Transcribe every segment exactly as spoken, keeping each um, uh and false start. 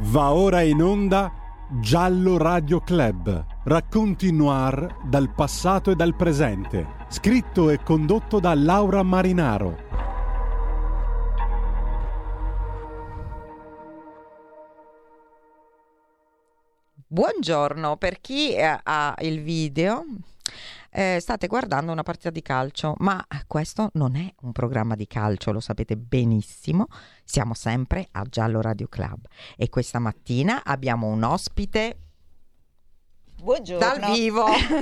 Va ora in onda Giallo Radio Club, racconti noir dal passato e dal presente, scritto e condotto da Laura Marinaro. Buongiorno, per chi eh, ha il video, eh, state guardando una partita di calcio, ma questo non è un programma di calcio, lo sapete benissimo, siamo sempre a Giallo Radio Club e questa mattina abbiamo un ospite Buongiorno. dal vivo.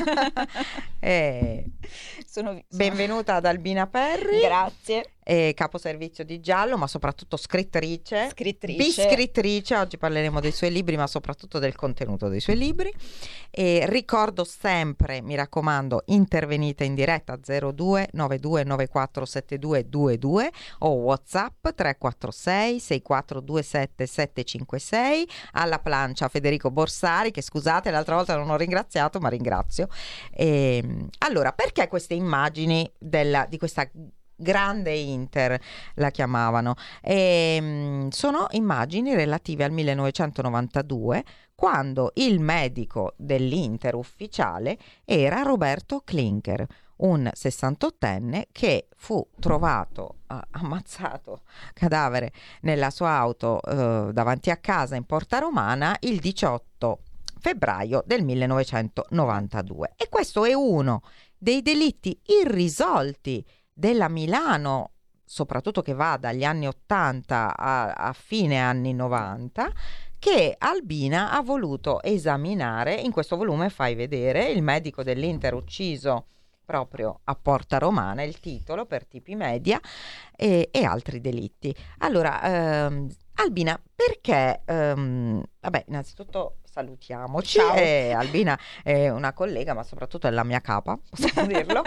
eh, sono, sono... Benvenuta ad Albina Perri. Grazie. Eh, capo servizio di Giallo, ma soprattutto scrittrice, scrittrice, biscrittrice. Oggi parleremo dei suoi libri, ma soprattutto del contenuto dei suoi libri. E ricordo sempre, mi raccomando, intervenite in diretta zero due nove due nove quattro sette due due due o WhatsApp tre quattro sei sei quattro due sette sette cinque sei. Alla plancia Federico Borsari, che scusate l'altra volta non ho ringraziato, ma ringrazio. E, allora, perché queste immagini della, di questa grande Inter la chiamavano, e, sono immagini relative al millenovecentonovantadue, quando il medico dell'Inter ufficiale era Roberto Klinker, un sessantottenne che fu trovato uh, ammazzato cadavere nella sua auto uh, davanti a casa in Porta Romana il diciotto febbraio del millenovecentonovantadue, e questo è uno dei delitti irrisolti della Milano, soprattutto che va dagli anni ottanta a, a fine anni novanta, che Albina ha voluto esaminare. In questo volume fai vedere il medico dell'Inter ucciso proprio a Porta Romana, il titolo per Tipi Media, e, e altri delitti. Allora, ehm, Albina, perché, ehm, vabbè, innanzitutto salutiamoci. Ciao. Eh, Albina è una collega, ma soprattutto è la mia capa, possiamo dirlo,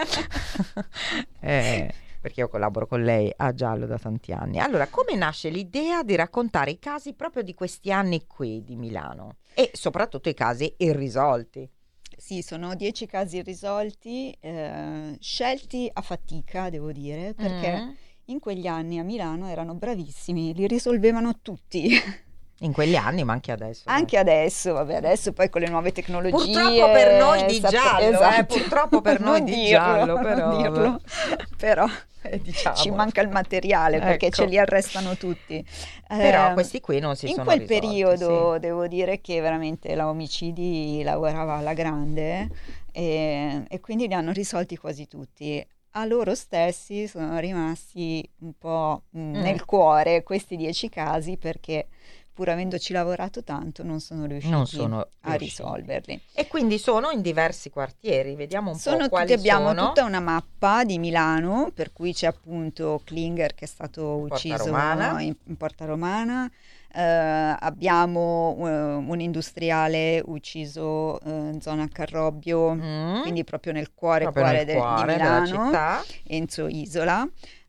eh, perché io collaboro con lei a Giallo da tanti anni. Allora, come nasce l'idea di raccontare i casi proprio di questi anni qui di Milano e soprattutto i casi irrisolti? Sì, sono dieci casi irrisolti, eh, scelti a fatica, devo dire, perché Mm. in quegli anni a Milano erano bravissimi, li risolvevano tutti. In quegli anni, ma anche adesso. Anche adesso, vabbè, adesso poi con le nuove tecnologie. Purtroppo per noi di sap- Giallo, esatto. eh, purtroppo per noi Non di dirlo, Giallo, non però, dirlo. Però eh, diciamo. ci manca il materiale perché Ecco. ce li arrestano tutti. Però Eh, questi qui non si in sono quel risolti, periodo sì. devo dire che veramente la omicidi lavorava alla grande, e, e quindi li hanno risolti quasi tutti. A loro stessi sono rimasti un po' mh, Mm. nel cuore questi dieci casi, perché pur avendoci lavorato tanto non sono riusciti Non sono a riusciti. risolverli. E quindi sono in diversi quartieri, vediamo un Sono po' quali tutti, abbiamo sono. tutta una mappa di Milano, per cui c'è appunto Klinker che è stato Porta ucciso Romana. in, in Porta Romana, eh, abbiamo eh, un industriale ucciso eh, in zona Carrobbio, Mm. quindi proprio nel cuore, Proprio cuore nel de- cuore di della Milano, città. Enzo Isola.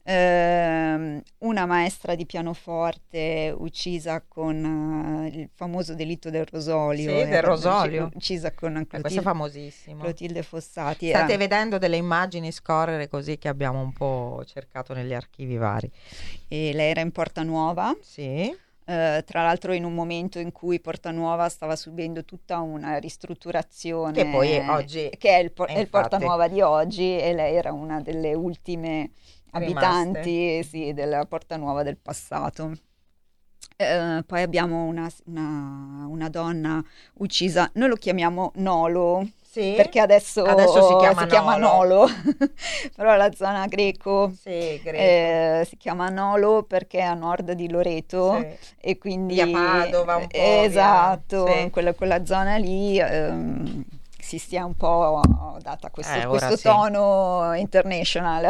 Ehm, una maestra di pianoforte uccisa con eh, il famoso delitto del rosolio, Sì, eh, del rosolio. uccisa con Eh, questo è Clotilde, famosissimo. Clotilde Fossati. State Era- vedendo delle immagini scorrere così che abbiamo un po' cercato negli archivi vari. e lei era in Porta Nuova, Sì. eh, tra l'altro in un momento in cui Porta Nuova stava subendo tutta una ristrutturazione, Che poi oggi- che è il, po- eh, è il Porta infatti. Nuova di oggi, e lei era una delle ultime abitanti, sì, della Porta Nuova del passato. Eh, poi abbiamo una, una- una donna uccisa, noi lo chiamiamo Nolo, Sì. perché adesso, Adesso si chiama Nolo, però la zona greco Sì, greco. eh, si chiama Nolo perché è a nord di Loreto, Sì. e quindi Via Padova un po', esatto, via- sì. in quella, quella zona lì ehm, si stia un po' data questo, Eh, ora questo sì. tono international.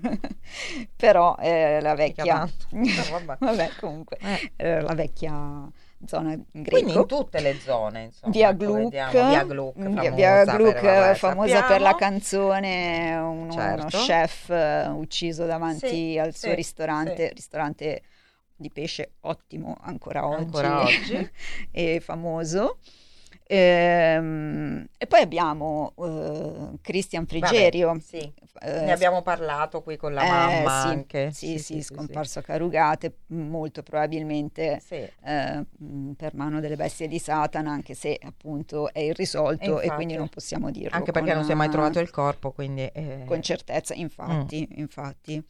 Però eh, la Mica vecchia tanto. No, vabbè. vabbè, comunque Eh. eh, la vecchia zona Quindi greco. in tutte le zone, insomma. Via ecco, Gluck, vediamo. Via Gluck, via, famosa, via Gluck, per, vabbè, famosa sappiamo. per la canzone, uno, Certo. uno chef eh, ucciso davanti Sì, al sì, suo ristorante, sì. ristorante di pesce ottimo ancora oggi, Ancora oggi. e famoso. Ehm, e poi abbiamo uh, Christian Frigerio. Vabbè, sì. eh, Ne abbiamo parlato qui con la eh, mamma sì, anche. Sì, sì, sì, sì, scomparso sì. a Carugate, molto probabilmente Sì. eh, per mano delle bestie di Satana, anche se appunto è irrisolto e, infatti, e quindi non possiamo dirlo. Anche perché con, non si è mai trovato il corpo, quindi... Eh... Con certezza, infatti. Mm. infatti.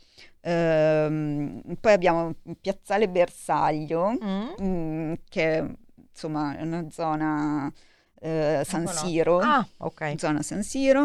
Ehm, poi abbiamo Piazzale Bersaglio, mm. mh, che insomma è una zona... Uh, San Siro, ah, okay. zona San Siro,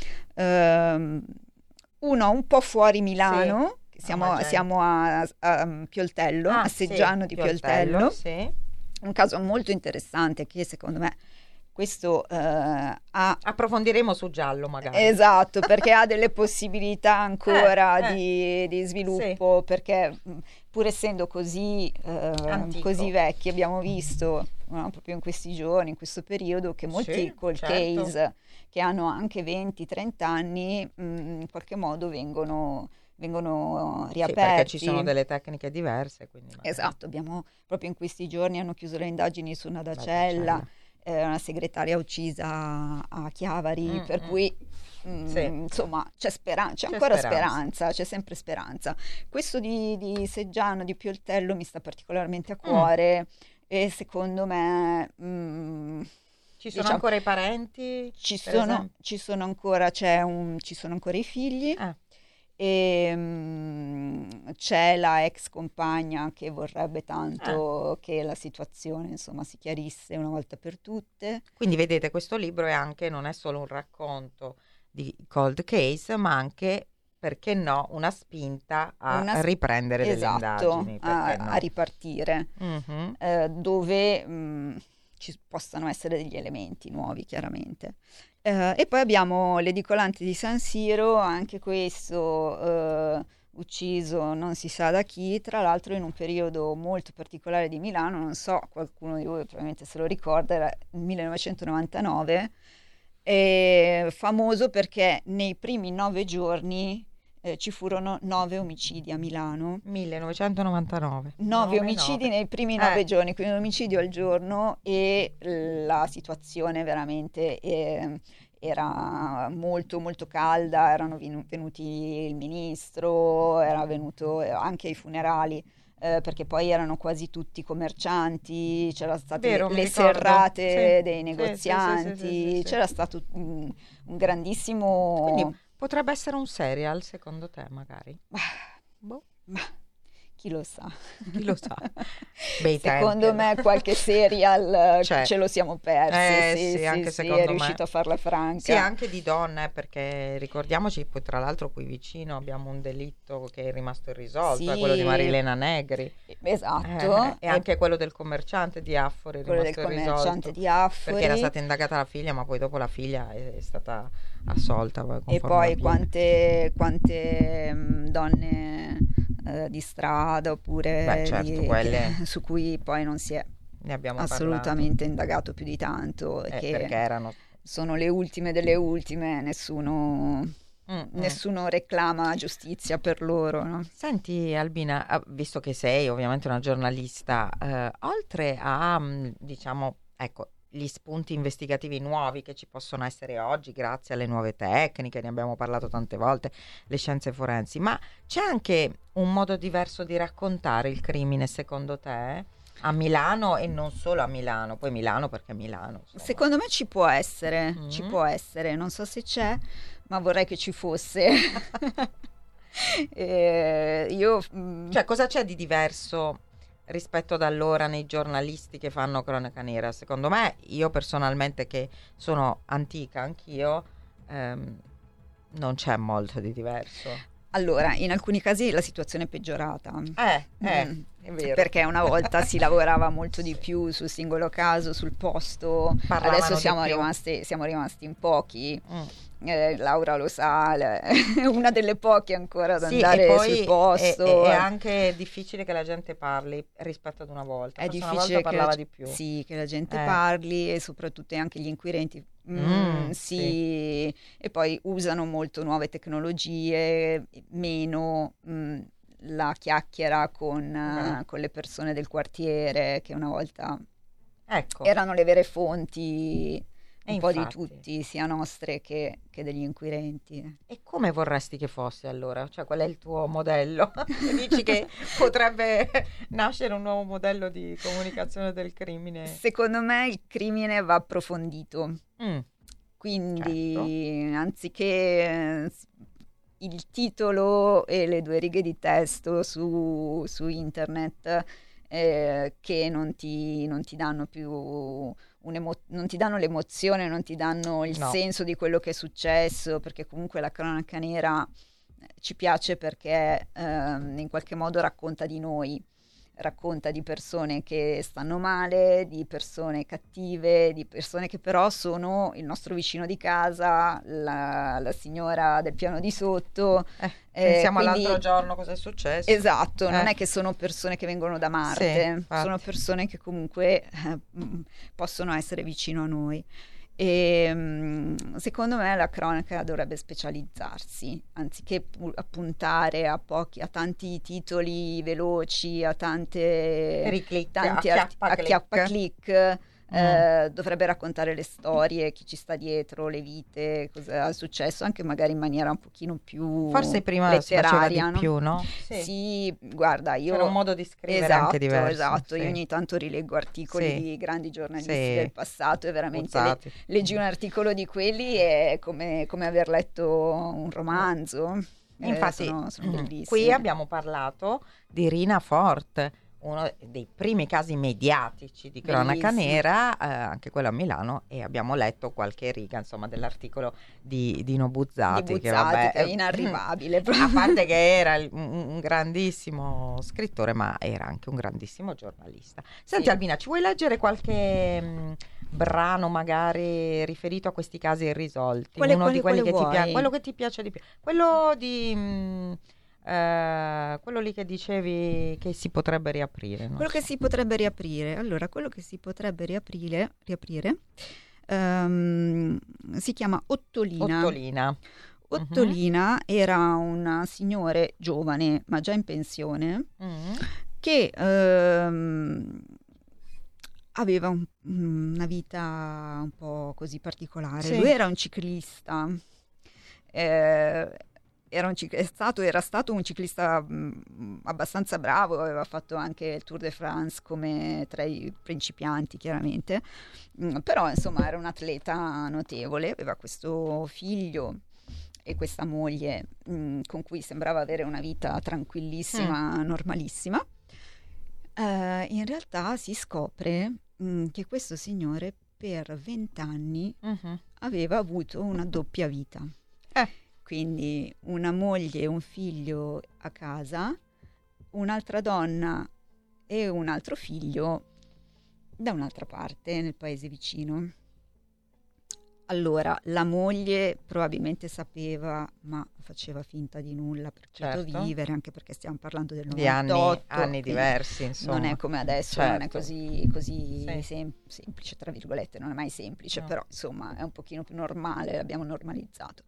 uh, uno un po' fuori Milano, sì. siamo, oh, siamo a, a Pioltello, ah, a Seggiano sì, di Pioltello, Pioltello, sì. Un caso molto interessante che secondo me questo uh, ha... approfondiremo su Giallo magari. Esatto, perché ha delle possibilità ancora eh, eh. Di, di sviluppo, sì. Perché pur essendo così, uh, così vecchi abbiamo visto no, proprio in questi giorni, in questo periodo, che molti sì, cold certo. case che hanno anche venti trenta anni mh, in qualche modo vengono... vengono riaperti. Sì, perché ci sono delle tecniche diverse. Quindi magari... Esatto, abbiamo proprio in questi giorni hanno chiuso le indagini su una Dacella, eh, una segretaria uccisa a Chiavari, mm, per mm. cui mh, sì. insomma c'è, speran- c'è, c'è ancora speranza. speranza, c'è sempre speranza. Questo di, di Seggiano, di Pioltello mi sta particolarmente a cuore mm. e secondo me... Mh, ci sono diciamo, ancora i parenti? Ci sono, ci sono ancora, c'è un, ci sono ancora i figli. Ah. E um, c'è la ex compagna che vorrebbe tanto eh. che la situazione insomma si chiarisse una volta per tutte. Quindi vedete, questo libro è anche, non è solo un racconto di cold case, ma anche, perché no, una spinta a una, riprendere esatto, delle indagini, a, no? a ripartire, mm-hmm. eh, dove mh, ci possano essere degli elementi nuovi, chiaramente. Uh, e poi abbiamo l'edicolante di San Siro, anche questo uh, ucciso non si sa da chi, tra l'altro in un periodo molto particolare di Milano, non so, qualcuno di voi probabilmente se lo ricorda, era il millenovecentonovantanove, e famoso perché nei primi nove giorni eh, ci furono nove omicidi a Milano. millenovecentonovantanove. Nove omicidi nove. Nei primi nove eh. giorni, quindi un omicidio al giorno, e la situazione veramente eh, era molto molto calda, erano venuti il ministro, era venuto anche ai funerali, eh, perché poi erano quasi tutti commercianti, c'erano state Vero, le, le serrate sì. dei negozianti, sì, sì, sì, sì, sì, c'era sì. stato un, un grandissimo... Quindi potrebbe essere un serial, secondo te, magari? Boh. Ma chi lo sa? Chi lo sa? Bei secondo tempi, me qualche serial cioè, ce lo siamo persi, eh, sì, sì, sì, anche sì, secondo è riuscito me. a farla franca. Sì, anche di donne, perché ricordiamoci, poi tra l'altro qui vicino abbiamo un delitto che è rimasto irrisolto, sì. è quello di Marilena Negri. Esatto. Eh, e anche quello del commerciante di Affori è quello rimasto del irrisolto. commerciante di Affori. Perché era stata indagata la figlia, ma poi dopo la figlia è, è stata assolta. E poi quante, quante mh, donne eh, di strada oppure Beh, certo, di, quelle... che, su cui poi non si è ne abbiamo assolutamente parlato. indagato più di tanto, eh, che perché erano sono le ultime delle ultime, nessuno mm, nessuno mm. reclama giustizia per loro, no? Senti Albina, visto che sei ovviamente una giornalista, eh, oltre a diciamo ecco gli spunti investigativi nuovi che ci possono essere oggi grazie alle nuove tecniche, ne abbiamo parlato tante volte, le scienze forensi, ma c'è anche un modo diverso di raccontare il crimine secondo te? A Milano e non solo a Milano, poi Milano perché Milano. Insomma. Secondo me ci può essere, mm-hmm. ci può essere, non so se c'è, ma vorrei che ci fosse. eh, io, mm... Cioè, cosa c'è di diverso rispetto ad allora nei giornalisti che fanno cronaca nera? Secondo me, io personalmente che sono antica anch'io, ehm, non c'è molto di diverso. Allora, in alcuni casi la situazione è peggiorata. Eh, eh, mm. è vero. Perché una volta si lavorava molto di più sul singolo caso, sul posto. Parlavano adesso siamo di più. rimasti, siamo rimasti in pochi. Mm. Eh, Laura lo sa, è una delle poche ancora ad sì, andare e poi sul posto. È, è anche difficile che la gente parli rispetto ad una volta. È Forse difficile una volta che parlava la, di più. Sì, che la gente eh. parli, e soprattutto anche gli inquirenti. Mm, mm, sì. sì, e poi usano molto nuove tecnologie, meno mh, la chiacchiera con, uh, con le persone del quartiere, che una volta Ecco. Erano le vere fonti un E po' infatti. di tutti, sia nostre che, che degli inquirenti. E come vorresti che fosse allora? Cioè, qual è il tuo modello? Dici che potrebbe nascere un nuovo modello di comunicazione del crimine? Secondo me il crimine va approfondito, Mm, quindi anziché eh, il titolo e le due righe di testo su, su internet eh, che non ti, non ti danno più un'emo- non ti danno l'emozione, non ti danno il No. senso di quello che è successo, perché comunque la cronaca nera eh, ci piace perché ehm, in qualche modo racconta di noi, racconta di persone che stanno male, di persone cattive, di persone che però sono il nostro vicino di casa, la, la signora del piano di sotto. eh, Eh, pensiamo quindi- all'altro giorno cosa è successo. Esatto, non Eh. è che sono persone che vengono da Sì, Marte, infatti. sono persone che comunque eh, mh, possono essere vicino a noi. E mh, secondo me la cronaca dovrebbe specializzarsi, anziché pu- puntare a pochi, a tanti titoli veloci, a tante Riclic, tanti acchiappa arti- click. acchiappa-click, Mm. eh, dovrebbe raccontare le storie, chi ci sta dietro, le vite, cosa è successo, anche magari in maniera un pochino più Forse prima si faceva letteraria, di no? più, no? Sì, guarda, io C'era un modo di scrivere esatto, anche diverso. esatto, sì. io ogni tanto rileggo articoli Sì. di grandi giornalisti Sì. del passato e veramente le- Buzzati. leggi un articolo di quelli è come, come aver letto un romanzo. Eh, Infatti, sono, sono mm, bellissimi. qui abbiamo parlato di Rina Fort, uno dei primi casi mediatici di cronaca Bellissimo. nera, eh, anche quello a Milano, e abbiamo letto qualche riga, insomma, dell'articolo di Dino Buzzati, di che Buzzati, vabbè, che è inarrivabile. a parte che era il- un, un grandissimo scrittore, ma era anche un grandissimo giornalista. Senti Sì. Albina, ci vuoi leggere qualche mh, brano magari riferito a questi casi irrisolti? Quale- Uno quale- di quelli quale che ti piace, vuoi? quello che ti piace di più, quello di mh, eh, quello lì che dicevi che si potrebbe riaprire, non Quello so. che si potrebbe riaprire, allora, quello che si potrebbe riaprire, riaprire ehm, si chiama Ottolina. Ottolina. Ottolina era un signore giovane, ma già in pensione, Mhm. che ehm, aveva un- una vita un po' così particolare. Sì. Lui era un ciclista, eh, era, un cic- è stato, era stato un ciclista mh, abbastanza bravo, aveva fatto anche il Tour de France come tra i principianti, chiaramente. Mm, però insomma era un atleta notevole, aveva questo figlio e questa moglie mh, con cui sembrava avere una vita tranquillissima, normalissima. Eh, in realtà si scopre mh, che questo signore per vent'anni Mhm. aveva avuto una doppia vita. Eh. Quindi una moglie e un figlio a casa, un'altra donna e un altro figlio da un'altra parte, nel paese vicino. Allora, la moglie probabilmente sapeva, ma faceva finta di nulla per quieto Certo. vivere, anche perché stiamo parlando del Di anni, novantotto. anni quindi diversi, insomma. non è come adesso, non è Certo. così, così Sì. sem- semplice, tra virgolette, non è mai semplice, No. però insomma è un pochino più normale, l'abbiamo normalizzato.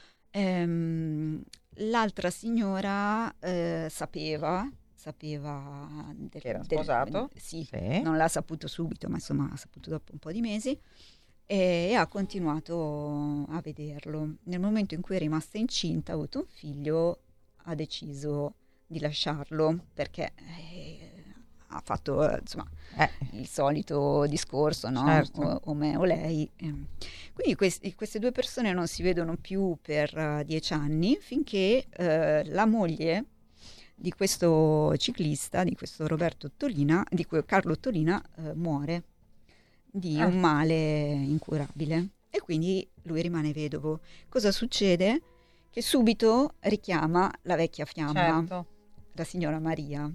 Ehm, l'altra signora eh, sapeva, sapeva del- Che era del- sposato? sì, Sì. non l'ha saputo subito, ma insomma ha saputo dopo un po' di mesi e, e ha continuato a vederlo. Nel momento in cui è rimasta incinta, ha avuto un figlio, ha deciso di lasciarlo perché eh, ha fatto eh, insomma Eh, il solito discorso, no? Certo. O, o me o lei. ehm. Quindi questi- queste due persone non si vedono più per eh, dieci anni finché eh, la moglie di questo ciclista, di questo Roberto Ottolina, di que- Carlo Ottolina, eh, muore di Ah. un male incurabile e quindi lui rimane vedovo. Cosa succede? Che subito richiama la vecchia fiamma, certo. la signora Maria,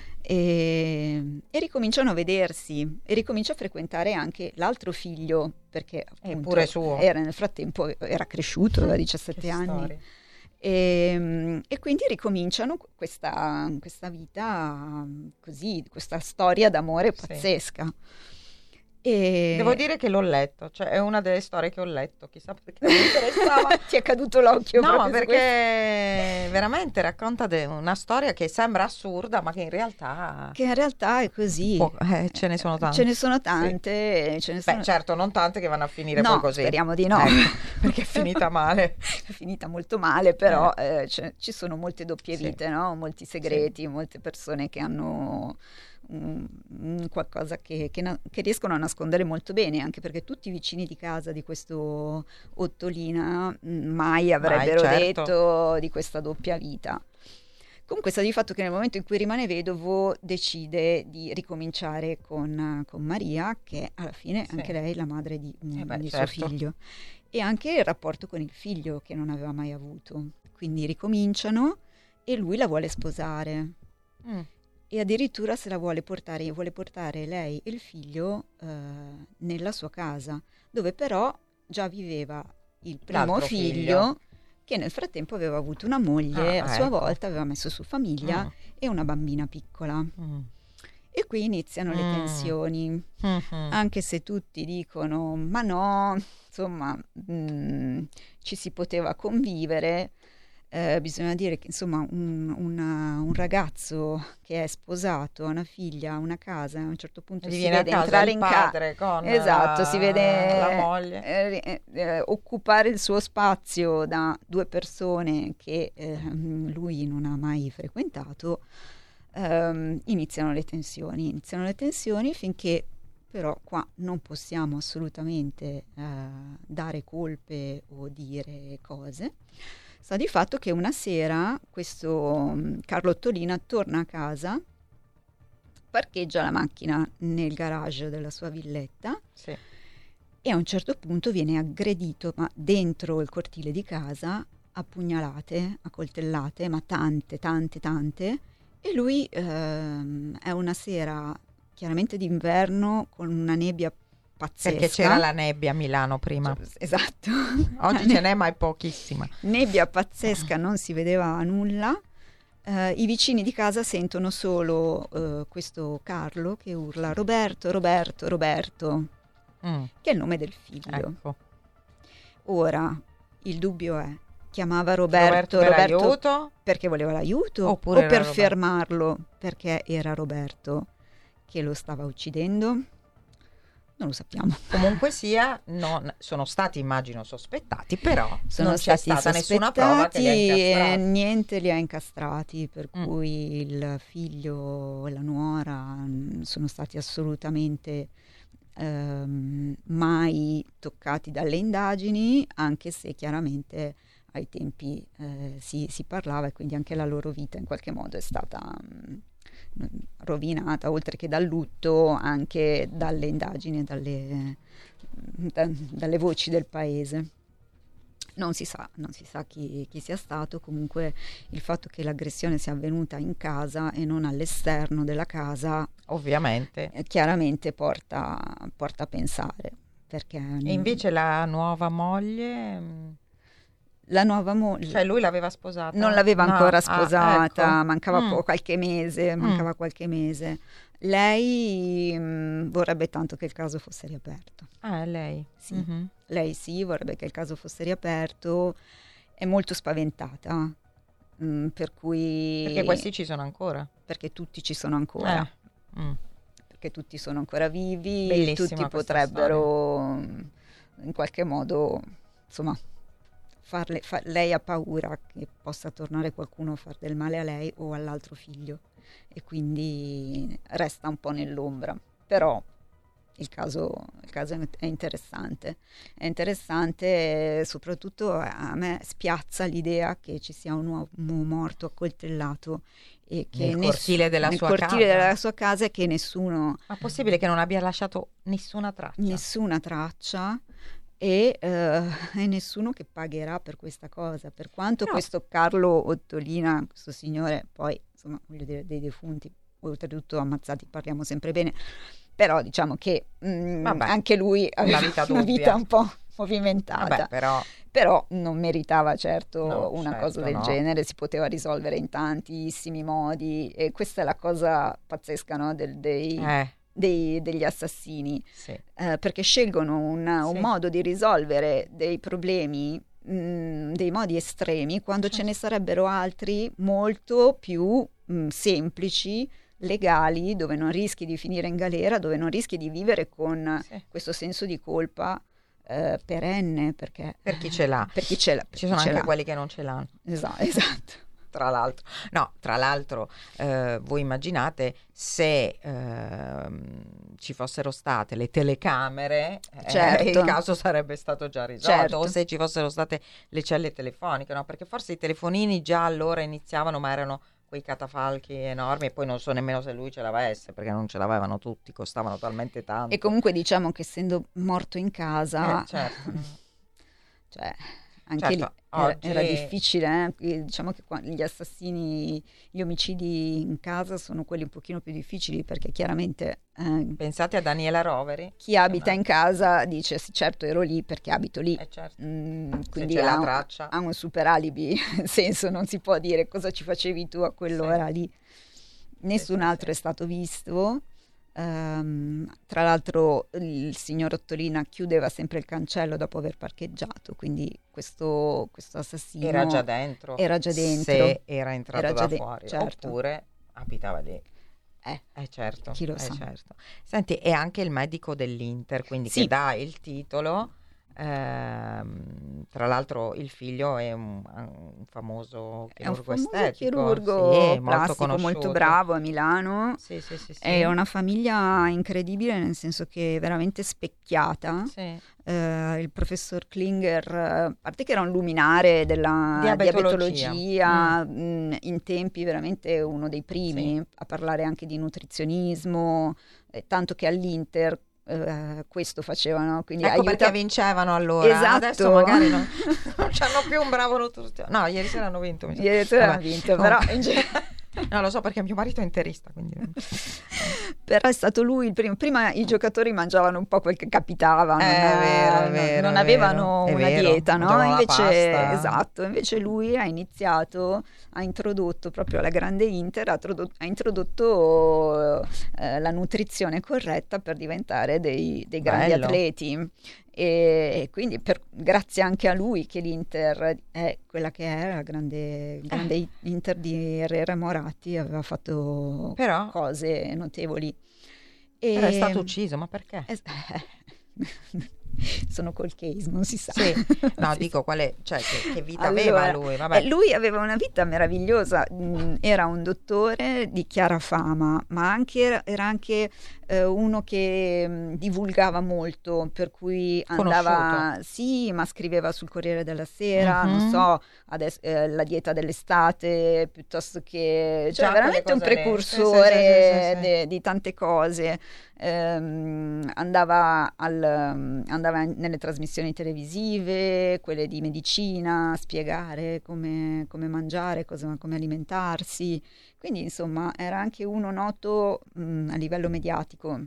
e, e ricominciano a vedersi e ricomincia a frequentare anche l'altro figlio perché appunto pure suo. era nel frattempo era cresciuto, aveva diciassette Che anni. storia. E, e quindi ricominciano questa, questa vita così, questa storia d'amore Sì. pazzesca. E... Devo dire che l'ho letto, cioè è una delle storie che ho letto, chissà perché mi interessava. Ti è caduto l'occhio? No, proprio su questo? perché veramente racconta de- una storia che sembra assurda, ma che in realtà Che in realtà è così. può- eh, ce ne sono tante. Ce ne sono tante. Ce ne sono... Beh, certo, non tante che vanno a finire No, poi così. speriamo di no. Ecco, perché è finita male. È finita molto male, però eh, ce- ci sono molte doppie Sì. vite, no? Molti segreti, molte persone che hanno mm, mm, qualcosa che, che na- che riescono a nascondere molto bene, anche perché tutti i vicini di casa di questo Ottolina mm, mai avrebbero Mai, certo. detto di questa doppia vita. Comunque sta di fatto che nel momento in cui rimane vedovo decide di ricominciare con, con Maria, che è alla fine Sì. anche lei la madre di, Eh beh, di certo. suo figlio, e anche il rapporto con il figlio che non aveva mai avuto. Quindi ricominciano e lui la vuole sposare Mm. e addirittura se la vuole portare, vuole portare lei e il figlio eh, nella sua casa, dove però già viveva il primo L'altro figlio, figlio. che nel frattempo aveva avuto una moglie, Ah, a sua ecco. volta aveva messo su famiglia Mm. e una bambina piccola. Mm. E qui iniziano le Mm. tensioni, Mhm. anche se tutti dicono ma no, insomma mh, ci si poteva convivere. Eh, bisogna dire che insomma un, una- un ragazzo che è sposato, ha una figlia, ha una casa, a un certo punto Gli si viene a vede casa entrare il in casa, padre con esatto, la, si vede la moglie. eh, eh, eh, occupare il suo spazio da due persone che eh, lui non ha mai frequentato. Ehm, iniziano le tensioni, iniziano le tensioni finché però qua non possiamo assolutamente eh, dare colpe o dire cose. Sta di fatto che una sera questo mh, Carlo Ottolina torna a casa, parcheggia la macchina nel garage della sua villetta Sì. e a un certo punto viene aggredito, ma dentro il cortile di casa, a pugnalate, a coltellate, ma tante, tante, tante. E lui ehm, è una sera chiaramente d'inverno con una nebbia pazzesca. Perché c'era la nebbia a Milano prima. Esatto. Oggi ce n'è, ma è pochissima. Nebbia pazzesca, non si vedeva nulla. Eh, I vicini di casa sentono solo eh, questo Carlo che urla Roberto, Roberto, Roberto, Mm. che è il nome del figlio. Ecco. Ora, il dubbio è, chiamava Roberto, Roberto per Roberto aiuto? perché voleva l'aiuto Oppure o era per Roberto? fermarlo perché era Roberto che lo stava uccidendo? Non lo sappiamo. Comunque sia, non, sono stati immagino sospettati, però Sono non c'è stati stata nessuna prova che sospettati li ha e incastrati. niente li ha incastrati, per Mm. cui il figlio e la nuora mm, sono stati assolutamente ehm, mai toccati dalle indagini, anche se chiaramente ai tempi eh, si, si parlava e quindi anche la loro vita in qualche modo è stata mm, rovinata, oltre che dal lutto, anche dalle indagini e dalle, da- dalle voci del paese. Non si sa, non si sa chi, chi sia stato, comunque il fatto che l'aggressione sia avvenuta in casa e non all'esterno della casa Ovviamente. eh, chiaramente porta, porta a pensare, perché E invece la nuova moglie, mm, la nuova moglie cioè lui l'aveva sposata? non l'aveva No. ancora Ah, sposata, ecco. mancava Mm. po- qualche mese, mancava qualche mese. Lei mh, vorrebbe tanto che il caso fosse riaperto. Ah, è lei. Sì. Mhm. Lei sì, vorrebbe che il caso fosse riaperto, è molto spaventata, mh, per cui... Perché questi ci sono ancora. perché tutti ci sono ancora, Eh. Mm. perché tutti sono ancora vivi, Bellissima tutti questa potrebbero mh, in qualche modo, insomma, farle, fa- lei ha paura che possa tornare qualcuno a far del male a lei o all'altro figlio e quindi resta un po' nell'ombra, però il caso, il caso è interessante, è interessante, soprattutto a me spiazza l'idea che ci sia un uomo morto accoltellato e che Nel ness- cortile della nel sua cortile casa. della sua casa e che nessuno, Ma possibile che non abbia lasciato nessuna traccia? nessuna traccia e, eh, e nessuno che pagherà per questa cosa, per quanto Però- questo Carlo Ottolina, questo signore, poi insomma voglio dire dei defunti, oltretutto ammazzati parliamo sempre bene, però diciamo che mh, Vabbè, anche lui aveva una vita una dubbia. vita un po' movimentata, Vabbè, però però non meritava certo No, una certo, cosa del no. genere, si poteva risolvere in tantissimi modi e questa è la cosa pazzesca, no? Del, dei, eh, dei, degli assassini, sì. eh, perché scelgono un, un Sì. modo di risolvere dei problemi, mh, dei modi estremi, quando Certo. ce ne sarebbero altri molto più mh, semplici, legali, dove non rischi di finire in galera, dove non rischi di vivere con Sì. questo senso di colpa eh, perenne, perché Per chi ce l'ha. per chi ce l'ha, per Ci chi sono ce anche l'ha. quelli che non ce l'hanno. Esatto, esatto. Tra l'altro, no, tra l'altro, eh, voi immaginate se ehm, ci fossero state le telecamere, eh, Certo. il caso sarebbe stato già risolto, Certo. o se ci fossero state le celle telefoniche, no? Perché forse i telefonini già allora iniziavano, ma erano quei catafalchi enormi, e poi non so nemmeno se lui ce l'avesse, perché non ce l'avevano tutti, costavano talmente tanto. E comunque diciamo che essendo morto in casa, Eh, certo. cioè anche Certo, lì era, oggi- era difficile, eh? Diciamo che qua- gli assassini, gli omicidi in casa sono quelli un pochino più difficili, perché chiaramente eh, Pensate a Daniela Roveri. chi abita in casa dice sì, certo ero lì perché abito lì. Eh, certo. Mm, quindi c'è la ha, un- traccia. ha un super alibi, nel senso non si può dire cosa ci facevi tu a quell'ora lì. Nessun sì, altro sì. è stato visto. Ehm, tra l'altro il signor Ottolina chiudeva sempre il cancello dopo aver parcheggiato, quindi questo, questo assassino Era già dentro. era già dentro. Se era entrato Era già da de- fuori. certo. Oppure abitava lì. Eh, Eh certo, chi lo eh, sa. certo. Senti, è anche il medico dell'Inter, quindi Sì. che dà il titolo. Ehm, tra l'altro il figlio è un, un famoso È un chirurgo famoso estetico. chirurgo sì, molto plastico molto conosciuto. bravo a Milano. Sì, sì, sì, sì. È una famiglia incredibile, nel senso che è veramente specchiata. Sì. Eh, il professor Klinger, eh, a parte che era un luminare della Diabetologia. diabetologia, mh, in tempi veramente uno dei primi Sì. a parlare anche di nutrizionismo, eh, tanto che all'Inter eh, questo facevano, quindi Ecco aiuta- perché vincevano allora. Esatto. Adesso magari non, non c'hanno più un bravo nutrizionista. No, ieri sera hanno vinto. mi sa. Ieri sera Vabbè. hanno vinto, però Comunque- in ge- No, lo so perché mio marito è interista, quindi... Però è stato lui il primo. Prima i giocatori mangiavano un po' quel che capitava, non, Eh, è vero, è non- vero, non è avevano vero, è una vero. dieta, no? Mangiavano la Invece, pasta. esatto, invece lui ha iniziato, ha introdotto proprio alla grande Inter, ha, trodotto, ha introdotto eh, la nutrizione corretta per diventare dei, dei grandi Bello. atleti. E, e quindi per- grazie anche a lui che l'Inter è quella che è, la grande, grande Inter di Herrera Moratti, aveva fatto Però, cose notevoli. però è E- stato ucciso, ma perché? es- sono col case, non si sa. Sì, no, Non si dico qual è, cioè che, che vita Allora, aveva lui, eh, vabbè. lui aveva una vita meravigliosa, mh, era un dottore di chiara fama, ma anche era, era anche eh, uno che mh, divulgava molto, per cui andava, sì, ma scriveva sul Corriere della Sera, Mhm. non so, adesso, eh, la dieta dell'estate, piuttosto che, cioè Già, veramente un quelle cose lì. precursore Sì, sì, sì, sì, sì. de- di tante cose. Ehm, andava, al, andava nelle trasmissioni televisive, quelle di medicina, a spiegare come, come mangiare, cosa- come alimentarsi. Quindi, insomma, era anche uno noto mh, a livello mediatico.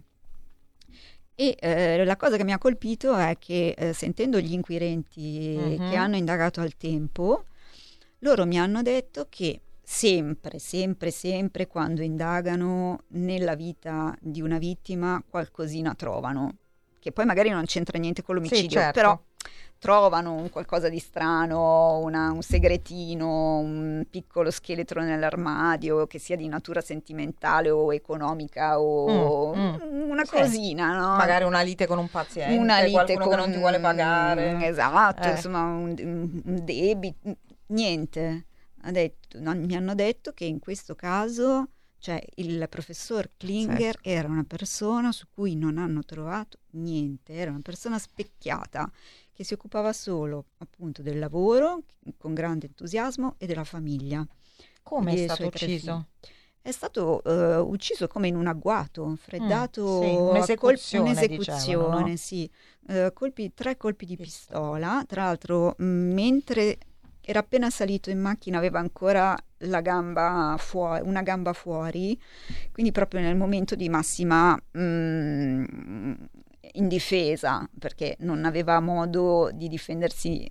E eh, la cosa che mi ha colpito è che, eh, sentendo gli inquirenti Mhm. che hanno indagato al tempo, loro mi hanno detto che sempre, sempre, sempre quando indagano nella vita di una vittima qualcosina trovano, che poi magari non c'entra niente con l'omicidio, Sì, certo. però trovano un qualcosa di strano, una- un segretino, un piccolo scheletro nell'armadio, che sia di natura sentimentale o economica o Mm, mm. una Sì. cosina, no? Magari una lite con un paziente, Una lite qualcuno con... che non ti vuole pagare. Esatto, Eh. insomma, un, un- un debito, niente. Ha detto, no, mi hanno detto che in questo caso, cioè il professor Klinger Pazzesco. era una persona su cui non hanno trovato niente, era una persona specchiata che si occupava solo appunto del lavoro con grande entusiasmo e della famiglia. Come è dei stato suoi tre ucciso? È stato eh, ucciso come in un agguato, freddato, Mm, sì, a col- un'esecuzione, un'esecuzione, dicevano, no? sì. Eh, colpi, tre colpi di Pistola. pistola. Tra l'altro, mh, mentre era appena salito in macchina, aveva ancora la gamba fuori, una gamba fuori, quindi proprio nel momento di massima mh, indifesa, perché non aveva modo di difendersi.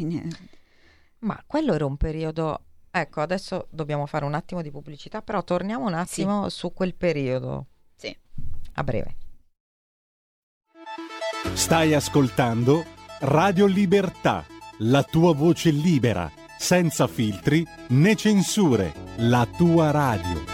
Ma quello era un periodo... Ecco, adesso dobbiamo fare un attimo di pubblicità, però torniamo un attimo su quel periodo. Sì. A breve. Stai ascoltando Radio Libertà, la tua voce libera, senza filtri né censure, la tua radio.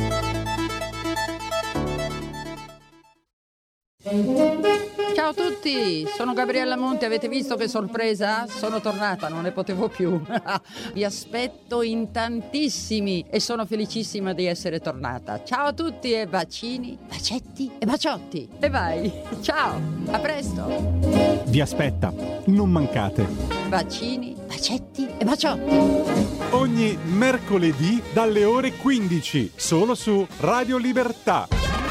Ciao a tutti, sono Gabriella Monti, avete visto che sorpresa? Sono tornata, non ne potevo più. Vi aspetto in tantissimi e sono felicissima di essere tornata. Ciao a tutti e bacini, bacetti e baciotti. E vai, ciao, a presto. Vi aspetta, non mancate. Bacini, bacetti e baciotti. Ogni mercoledì dalle ore quindici, solo su Radio Libertà.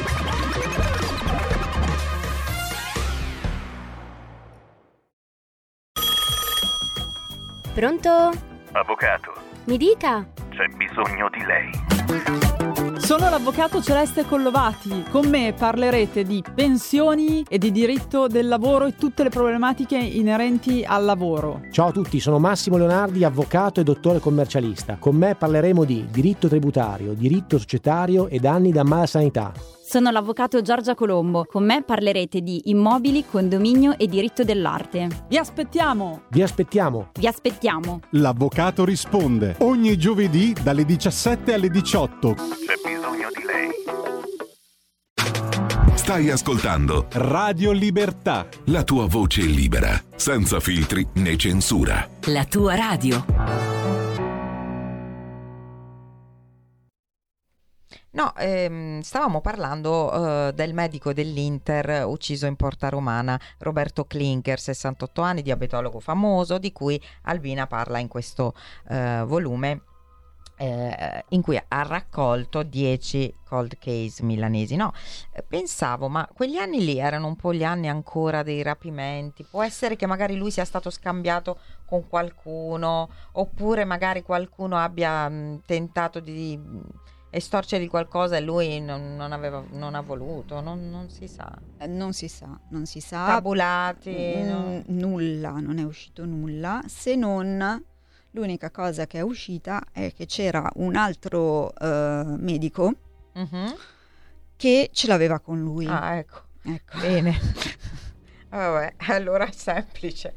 Pronto? Avvocato, Mi dica. c'è bisogno di lei. Sono l'avvocato Celeste Collovati. Con me parlerete di pensioni e di diritto del lavoro e tutte le problematiche inerenti al lavoro. Ciao a tutti, sono Massimo Leonardi, avvocato e dottore commercialista. Con me parleremo di diritto tributario, diritto societario e danni da malasanità. Sono l'avvocato Giorgia Colombo. Con me parlerete di immobili, condominio e diritto dell'arte. Vi aspettiamo! Vi aspettiamo! Vi aspettiamo! L'avvocato risponde ogni giovedì dalle diciassette alle diciotto. C'è bisogno di lei. Stai ascoltando Radio Libertà. la tua voce libera, senza filtri né censura. La tua radio. No, ehm, stavamo parlando eh, del medico dell'Inter ucciso in Porta Romana, Roberto Klinker, sessantotto anni, diabetologo famoso, di cui Albina parla in questo eh, volume eh, in cui ha raccolto dieci cold case milanesi. No, eh, pensavo, ma quegli anni lì erano un po' gli anni ancora dei rapimenti. Può essere che magari lui sia stato scambiato con qualcuno, oppure magari qualcuno abbia mh, tentato di estorcergli qualcosa e lui non, non aveva non ha voluto, non, non si sa. Eh, Non si sa, non si sa. Tabulati, Mm, no? Nulla, non è uscito nulla, se non l'unica cosa che è uscita è che c'era un altro eh, medico Mhm. che ce l'aveva con lui. Ah, ecco, Ecco. bene. Vabbè, allora è semplice.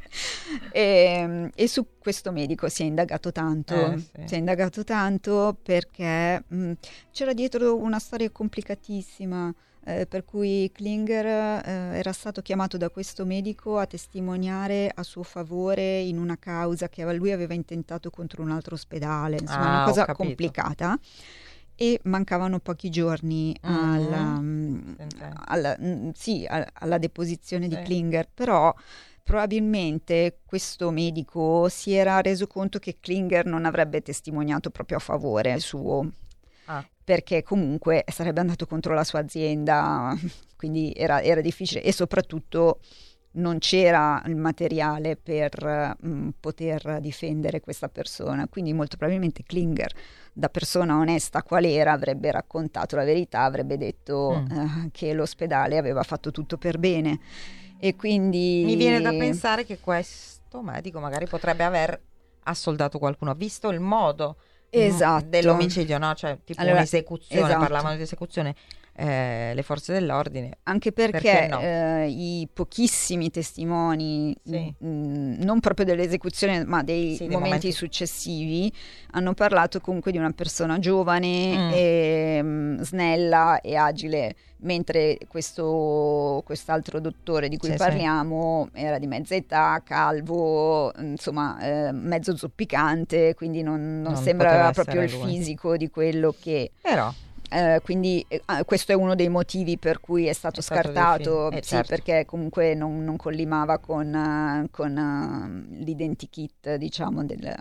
E, e su questo medico si è indagato tanto, Eh, sì. si è indagato tanto perché mh, c'era dietro una storia complicatissima, eh, per cui Klinger eh, era stato chiamato da questo medico a testimoniare a suo favore in una causa che ave- lui aveva intentato contro un altro ospedale, insomma Ah, una ho cosa capito. complicata. E mancavano pochi giorni Mhm. alla, mh, Sente. alla- mh, sì, a- alla deposizione di Sì. Klinger, però probabilmente questo medico si era reso conto che Klinger non avrebbe testimoniato proprio a favore suo, Ah. perché comunque sarebbe andato contro la sua azienda, quindi era, era difficile e soprattutto non c'era il materiale per mh, poter difendere questa persona, quindi molto probabilmente Klinger, da persona onesta qual era, avrebbe raccontato la verità, avrebbe detto Mm. eh, che l'ospedale aveva fatto tutto per bene e quindi Mi viene da pensare che questo medico magari potrebbe aver assoldato qualcuno, visto il modo mm, Esatto. dell'omicidio, no? Cioè, tipo Allora, un'esecuzione, esatto. parlavano di esecuzione, eh, le forze dell'ordine. Anche perché, Perché no? eh, i pochissimi testimoni, Sì. mh, non proprio dell'esecuzione, ma dei, Sì, dei momenti, momenti- successivi, hanno parlato comunque di una persona giovane, Mm. e, mh, snella e agile, mentre questo quest'altro dottore di cui Sì, sì. parliamo era di mezza età, calvo, insomma, eh, mezzo zoppicante, quindi non, non Non sembrava poteva proprio il essere lui. fisico di quello che... Però Eh, quindi eh, ah, questo è uno dei motivi per cui è stato È stato scartato, defin- eh, sì, certo. perché comunque non, non collimava con, eh, con eh, l'identikit, diciamo, del,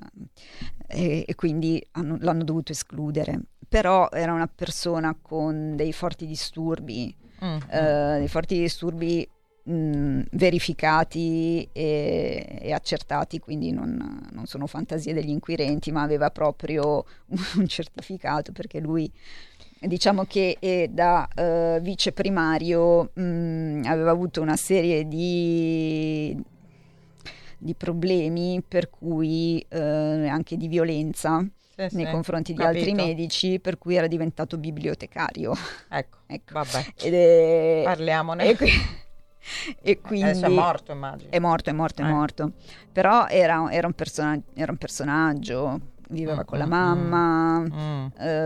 e, e quindi hanno- l'hanno dovuto escludere. Però era una persona con dei forti disturbi, mm, eh, dei forti disturbi mh, verificati e, e accertati, quindi non, non sono fantasie degli inquirenti, ma aveva proprio un certificato, perché lui, diciamo che eh, da eh, vice primario mh, aveva avuto una serie di, di problemi, per cui eh, anche di violenza. sì. sì, nei sì, confronti di capito. altri medici, per cui era diventato bibliotecario. Ecco, ecco. vabbè. Ed è... Parliamone. E, qui... e quindi... Adesso è morto, immagino. È morto, è morto, è Eh. morto. Però era, era, un persona... era un personaggio, viveva Mm, con la mm, mamma, mm.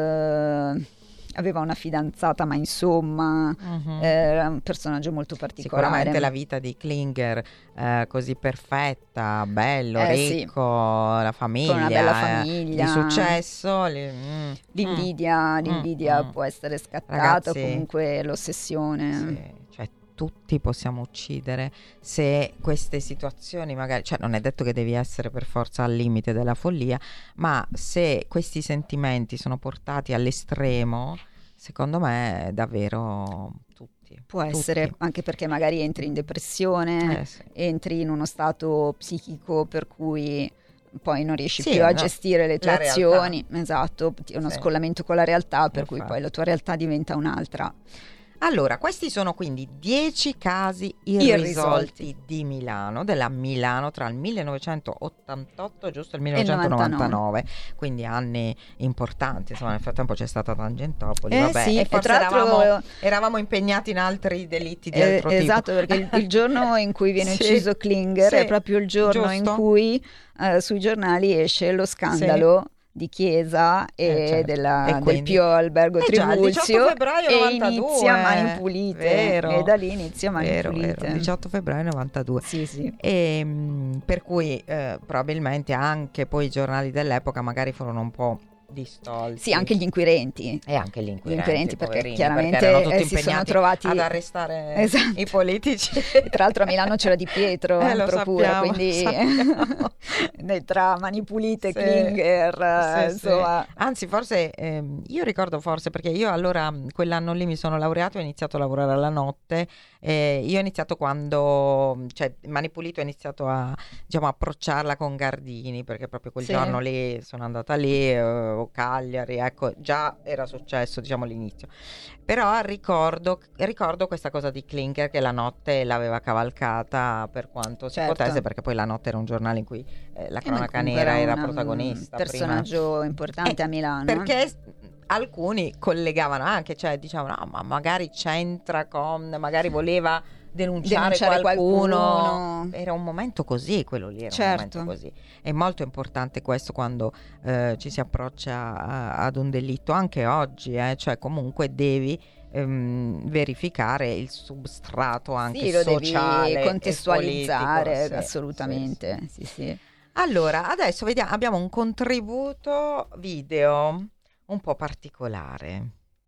eh, aveva una fidanzata, ma insomma, Mhm. era un personaggio molto particolare. Sicuramente la vita di Klinger, eh, così perfetta, bello, Eh, sì. ricco, la famiglia, Con una bella eh, famiglia. di successo. li- mm, L'invidia, mm, l'invidia mm. può essere scattata, Ragazzi, comunque l'ossessione. Sì, cioè tutti possiamo uccidere se queste situazioni magari, cioè non è detto che devi essere per forza al limite della follia, ma se questi sentimenti sono portati all'estremo, secondo me davvero tutti. Può tutti. essere, anche perché magari entri in depressione, Eh, sì. entri in uno stato psichico per cui poi non riesci Sì, più a no, gestire le tue la realtà. azioni. Esatto, è uno Sì. scollamento con la realtà, per cui Infatti. poi la tua realtà diventa un'altra. Allora, questi sono quindi dieci casi irrisolti, Irrisolti. di Milano, della Milano tra il millenovecentottantotto giusto il millenovecentonovantanove, quindi anni importanti, insomma nel frattempo c'è stata Tangentopoli, Eh vabbè, sì, e e forse tra l'altro- eravamo, eravamo impegnati in altri delitti di Eh, altro esatto, tipo. perché il, il giorno in cui viene Sì, ucciso Klinger sì, è proprio il giorno in giusto. cui eh, sui giornali esce lo scandalo di Chiesa e, Eh, certo. della- E del quindi- Pio Albergo Eh già, il diciotto Trivulzio, febbraio e novantadue, inizia Mani Pulite, vero. e da lì inizia Mani Vero, Pulite. vero, diciotto febbraio novantadue. Sì, sì. E, mh, per cui eh, probabilmente anche poi i giornali dell'epoca magari furono un po' distolti. Sì, anche gli inquirenti. E anche gli inquirenti, Gli inquirenti, perché poverini, chiaramente perché erano tutti eh, si sono impegnati trovati ad arrestare Esatto. i politici. Tra l'altro a Milano c'era Di Pietro Eh, in lo procura, sappiamo, quindi sappiamo. ne- tra Mani Pulite, Sì. Klinger, eh, Sì, sì. insomma. Anzi, forse ehm, io ricordo forse perché io allora mh, quell'anno lì mi sono laureato e ho iniziato a lavorare alla notte. Eh, io ho iniziato quando, cioè Mani Pulite ho iniziato a diciamo approcciarla con Gardini, perché proprio quel Sì. giorno lì sono andata lì, eh, o Cagliari, ecco, già era successo diciamo all'inizio. Però ricordo, ricordo questa cosa di Klinger che la notte l'aveva cavalcata per quanto si Certo. potesse, perché poi la notte era un giornale in cui eh, la Eh, ma cronaca comunque nera era una- protagonista. un personaggio importante Eh, a Milano. Perché s- alcuni collegavano anche, cioè dicevano no, ma magari c'entra con, magari voleva denunciare, Denunciare qualcuno. qualcuno. Era un momento così, quello lì era Certo. un momento così. È molto importante questo quando eh, ci si approccia a- ad un delitto, anche oggi, eh, cioè comunque devi ehm, verificare il substrato anche Sì, lo sociale devi e contestualizzare, politico, sì, assolutamente. sì, Sì, sì. Allora, adesso vediamo, abbiamo un contributo video un po' particolare.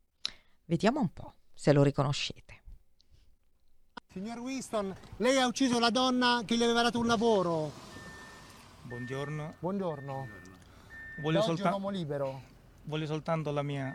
Vediamo un po' se lo riconoscete. Signor Winston, lei ha ucciso la donna che gli aveva dato un lavoro. Buongiorno. Buongiorno. Voglio, Da oggi è un solta- uomo libero. voglio soltanto la mia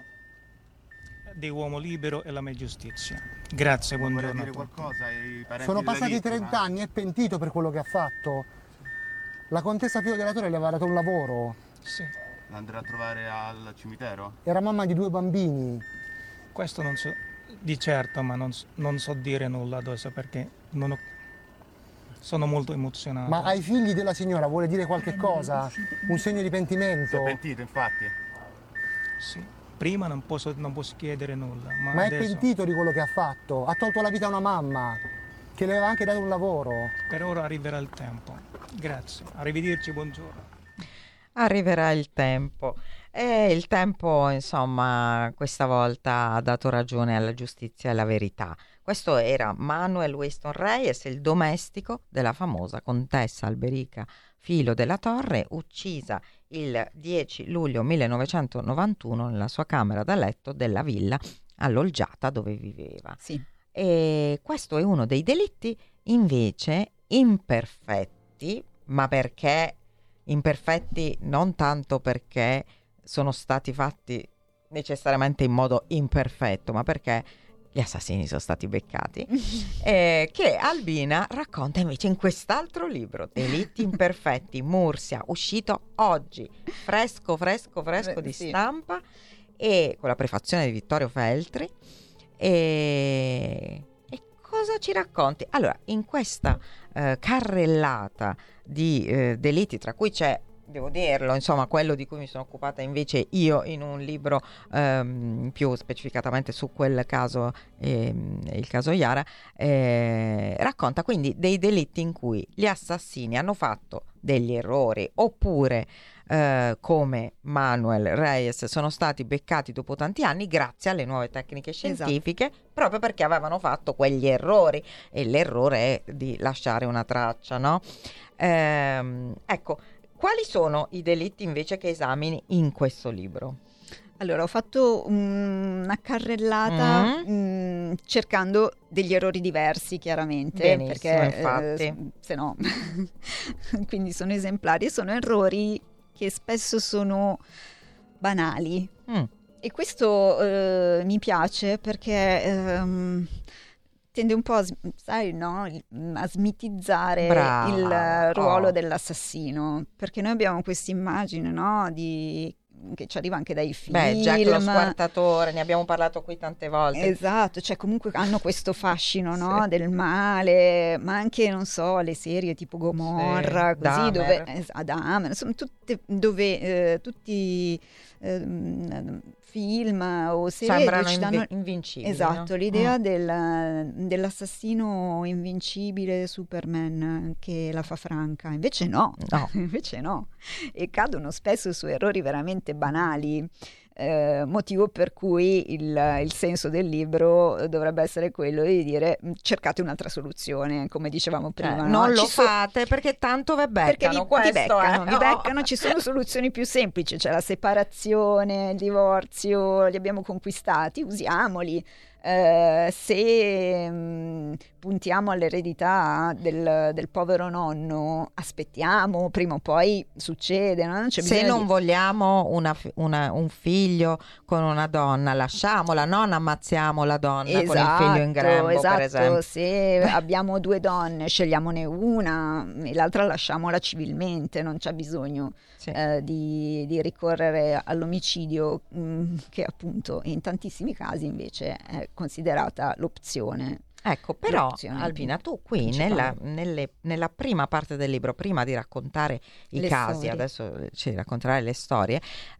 di uomo libero e la mia giustizia. Grazie, buongiorno. Vorrei dire qualcosa ai parenti Sono della passati vittima? trenta anni, è pentito per quello che ha fatto. La contessa Pio della Torre le aveva dato un lavoro. Sì. L'andrà a trovare al cimitero? Era mamma di due bambini. Questo non so di certo, ma non, s- non so dire nulla adesso perché non ho- sono molto emozionato. Ma ai figli della signora vuole dire qualche cosa? Un segno di pentimento? Si è pentito, infatti. Sì. Prima non posso, non posso chiedere nulla, ma, Ma è adesso pentito di quello che ha fatto. Ha tolto la vita a una mamma che le aveva anche dato un lavoro. per ora arriverà il tempo. Grazie. Arrivederci, buongiorno. Arriverà il tempo. E il tempo, insomma, questa volta ha dato ragione alla giustizia e alla verità. Questo era Manuel Winston Reyes, il domestico della famosa contessa Alberica Filo della Torre, uccisa il dieci luglio millenovecentonovantuno nella sua camera da letto della villa all'Olgiata dove viveva. Sì. E questo è uno dei delitti invece imperfetti, ma perché imperfetti non tanto perché sono stati fatti necessariamente in modo imperfetto, ma perché gli assassini sono stati beccati, eh, che Albina racconta invece in quest'altro libro, Delitti imperfetti, Mursia, uscito oggi, fresco, fresco, fresco Beh, di sì. stampa, e con la prefazione di Vittorio Feltri. E, e cosa ci racconti? Allora, in questa eh, carrellata di eh, delitti, tra cui c'è devo dirlo, insomma, quello di cui mi sono occupata invece io in un libro ehm, più specificatamente su quel caso, ehm, il caso Yara, eh, racconta quindi dei delitti in cui gli assassini hanno fatto degli errori, oppure eh, come Manuel Reyes sono stati beccati dopo tanti anni grazie alle nuove tecniche scientifiche, esatto, proprio perché avevano fatto quegli errori, e l'errore è di lasciare una traccia, no? Ehm, ecco, quali sono i delitti invece che esamini in questo libro? Allora, ho fatto um, una carrellata mm. mh, cercando degli errori diversi, chiaramente. Benissimo, perché infatti. Eh, se no, quindi sono esemplari, sono errori che spesso sono banali. Mm. E questo eh, mi piace perché ehm, tende un po' a, sai, no? a smitizzare Brava. il ruolo oh. dell'assassino, perché noi abbiamo questa immagine, no? di che ci arriva anche dai film. Beh, Jack lo squartatore, ne abbiamo parlato qui tante volte. Esatto, cioè comunque hanno questo fascino, no? Sì. del male, ma anche, non so, le serie tipo Gomorra, sì. così, Dahmer. dove eh, Dahmer, insomma, tutte dove eh, tutti eh, film o serie sembrano ci danno invi- invincibili. Esatto, no? l'idea mm. del, dell'assassino invincibile Superman che la fa franca, invece no, no. invece no, e cadono spesso su errori veramente banali. Eh, motivo per cui il, il senso del libro dovrebbe essere quello di dire cercate un'altra soluzione, come dicevamo prima. Eh, no? non Ci lo so- fate perché tanto ve beccano. Perché vi, questo, vi beccano, eh? vi beccano. Ci sono soluzioni più semplici, c'è la separazione, il divorzio, li abbiamo conquistati, usiamoli. Uh, se mh, puntiamo all'eredità del, del povero nonno, aspettiamo, prima o poi succede, no? Non c'è se non di... vogliamo una, una, un figlio con una donna, lasciamola, non ammazziamo la donna esatto, con il figlio in grembo, esatto. per esempio. Se abbiamo due donne, scegliamone una e l'altra lasciamola civilmente, non c'è bisogno sì. eh, di, di ricorrere all'omicidio, mh, che appunto in tantissimi casi invece è considerata l'opzione. Ecco, però Albina, tu qui nella, nelle, nella prima parte del libro, prima di raccontare i le casi, storie. adesso ci racconterai le storie,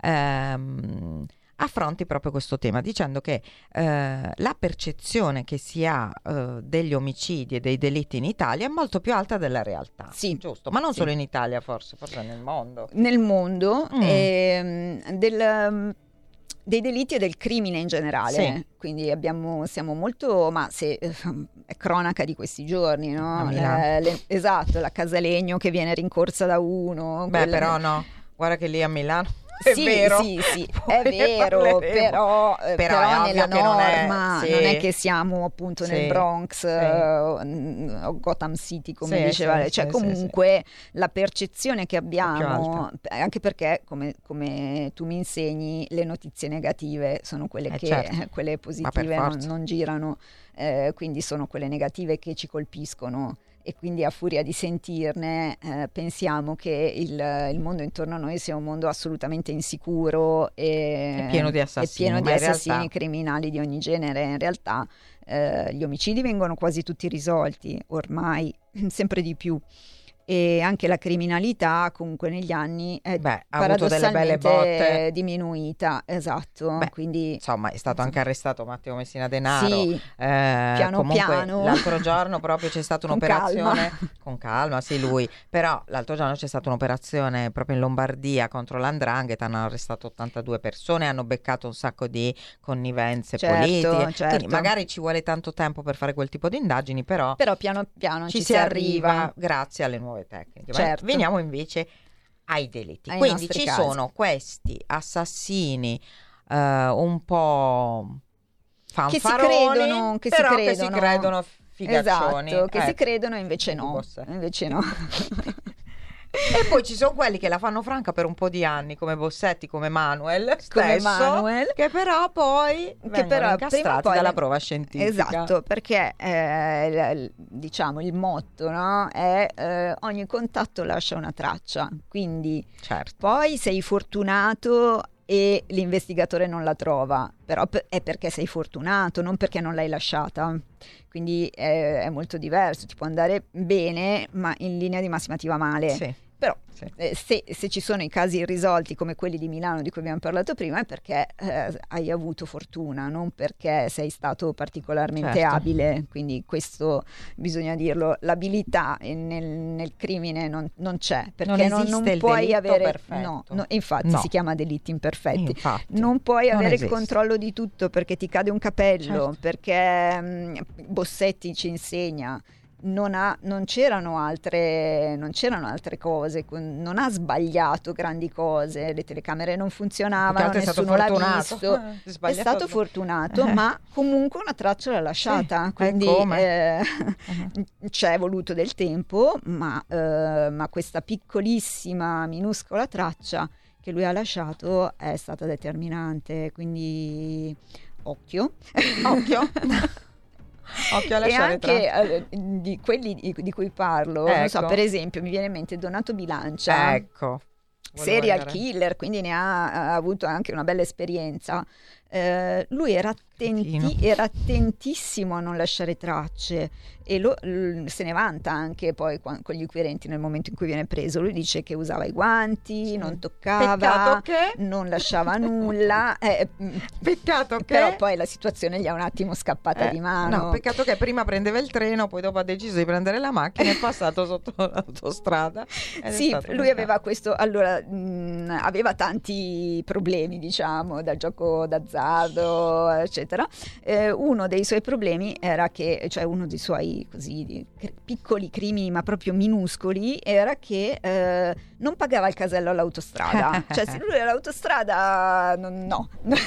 ehm, affronti proprio questo tema dicendo che eh, la percezione che si ha eh, degli omicidi e dei delitti in Italia è molto più alta della realtà. Sì. Giusto, ma non sì. solo in Italia, forse, forse nel mondo. Nel mondo, mm. ehm, del... dei delitti e del crimine in generale, sì. quindi abbiamo, siamo molto, ma se eh, è cronaca di questi giorni, no? Eh, le, esatto, la Casalegno che viene rincorsa da uno. Beh, quella... però no, guarda che lì a Milano è sì, vero, sì, sì, è vero, però, però, però nella non norma è, sì. non è che siamo appunto sì, nel Bronx sì. uh, o Gotham City, come sì, diceva, sì, cioè sì, comunque sì, la percezione che abbiamo, anche perché come, come tu mi insegni, le notizie negative sono quelle eh, che certo. quelle positive non, non girano, eh, quindi sono quelle negative che ci colpiscono. E quindi a furia di sentirne eh, pensiamo che il, il mondo intorno a noi sia un mondo assolutamente insicuro e è pieno di assassini, è pieno di assassini realtà... criminali di ogni genere. In realtà eh, gli omicidi vengono quasi tutti risolti ormai, sempre di più, e anche la criminalità comunque negli anni è Beh, ha avuto delle belle paradossalmente botte. diminuita, esatto. Beh, quindi insomma è stato anche arrestato Matteo Messina Denaro, sì, eh, piano comunque piano. l'altro giorno proprio c'è stata Con un'operazione calma. con calma, sì lui, però l'altro giorno c'è stata un'operazione proprio in Lombardia contro l'Andrangheta, hanno arrestato ottantadue persone, hanno beccato un sacco di connivenze certo, politiche, certo. quindi magari ci vuole tanto tempo per fare quel tipo di indagini, però, però piano piano ci, ci si si arriva, arriva grazie alle nuove tecniche. Certo. Ma veniamo invece ai delitti. Ai Quindi nostri ci casi. sono questi assassini uh, un po' fanfaroni, che si credono, che però si che si credono, credono figaccioni. esatto, che ecco. si credono invece no, invece no. E poi ci sono quelli che la fanno franca per un po' di anni, come Bossetti, come Manuel stesso, come Manuel, che però poi che però incastrati poi dalla prova scientifica. Esatto, perché eh, diciamo il motto, no? È eh, ogni contatto lascia una traccia, quindi certo. Poi sei fortunato e l'investigatore non la trova, però è perché sei fortunato, non perché non l'hai lasciata. Quindi è, è molto diverso, ti può andare bene, ma in linea di massima ti va male. Sì. Però Sì. eh, se, se ci sono i casi irrisolti come quelli di Milano di cui abbiamo parlato prima è perché eh, hai avuto fortuna, non perché sei stato particolarmente Certo. abile, quindi questo bisogna dirlo, l'abilità nel, nel crimine non, non c'è, perché Non non, esiste il puoi delitto avere perfetto. no, no, infatti No. si chiama delitti imperfetti. Infatti. Non puoi Non avere esiste. il controllo di tutto perché ti cade un capello, Certo. perché mh, Bossetti ci insegna. Non, ha, non c'erano altre non c'erano altre cose, non ha sbagliato grandi cose, le telecamere non funzionavano, Più che altro è nessuno l'ha stato visto, fortunato. Eh, è sbagliato. stato fortunato, Eh. ma comunque una traccia l'ha lasciata, Sì, quindi e come? eh, c'è voluto del tempo, ma, eh, ma questa piccolissima, minuscola traccia che lui ha lasciato è stata determinante, quindi occhio. Occhio. Occhio a E lasciare anche tracce. eh, di quelli di, di cui parlo, non so, Ecco. per esempio mi viene in mente Donato Bilancia, Ecco. Volevo serial arrivare. killer, quindi ne ha, ha avuto anche una bella esperienza. Eh, lui era, attenti- Cretino. era attentissimo a non lasciare tracce e lo- l- se ne vanta anche poi qua- con gli inquirenti nel momento in cui viene preso. Lui dice che usava i guanti, non toccava, Peccato che non lasciava nulla. eh, mm, Peccato che però poi la situazione gli è un attimo scappata Eh, di mano. No, peccato che prima prendeva il treno, poi dopo ha deciso di prendere la macchina e è passato sotto l'autostrada. ed è Sì, stato lui peccato. aveva questo, allora, mh, aveva tanti problemi, diciamo, dal gioco d'azzardo, eccetera. Eh, uno dei suoi problemi era che, cioè uno dei suoi così di cr- piccoli crimini, ma proprio minuscoli, era che eh, non pagava il casello all'autostrada. Cioè, se lui all'autostrada, non- no,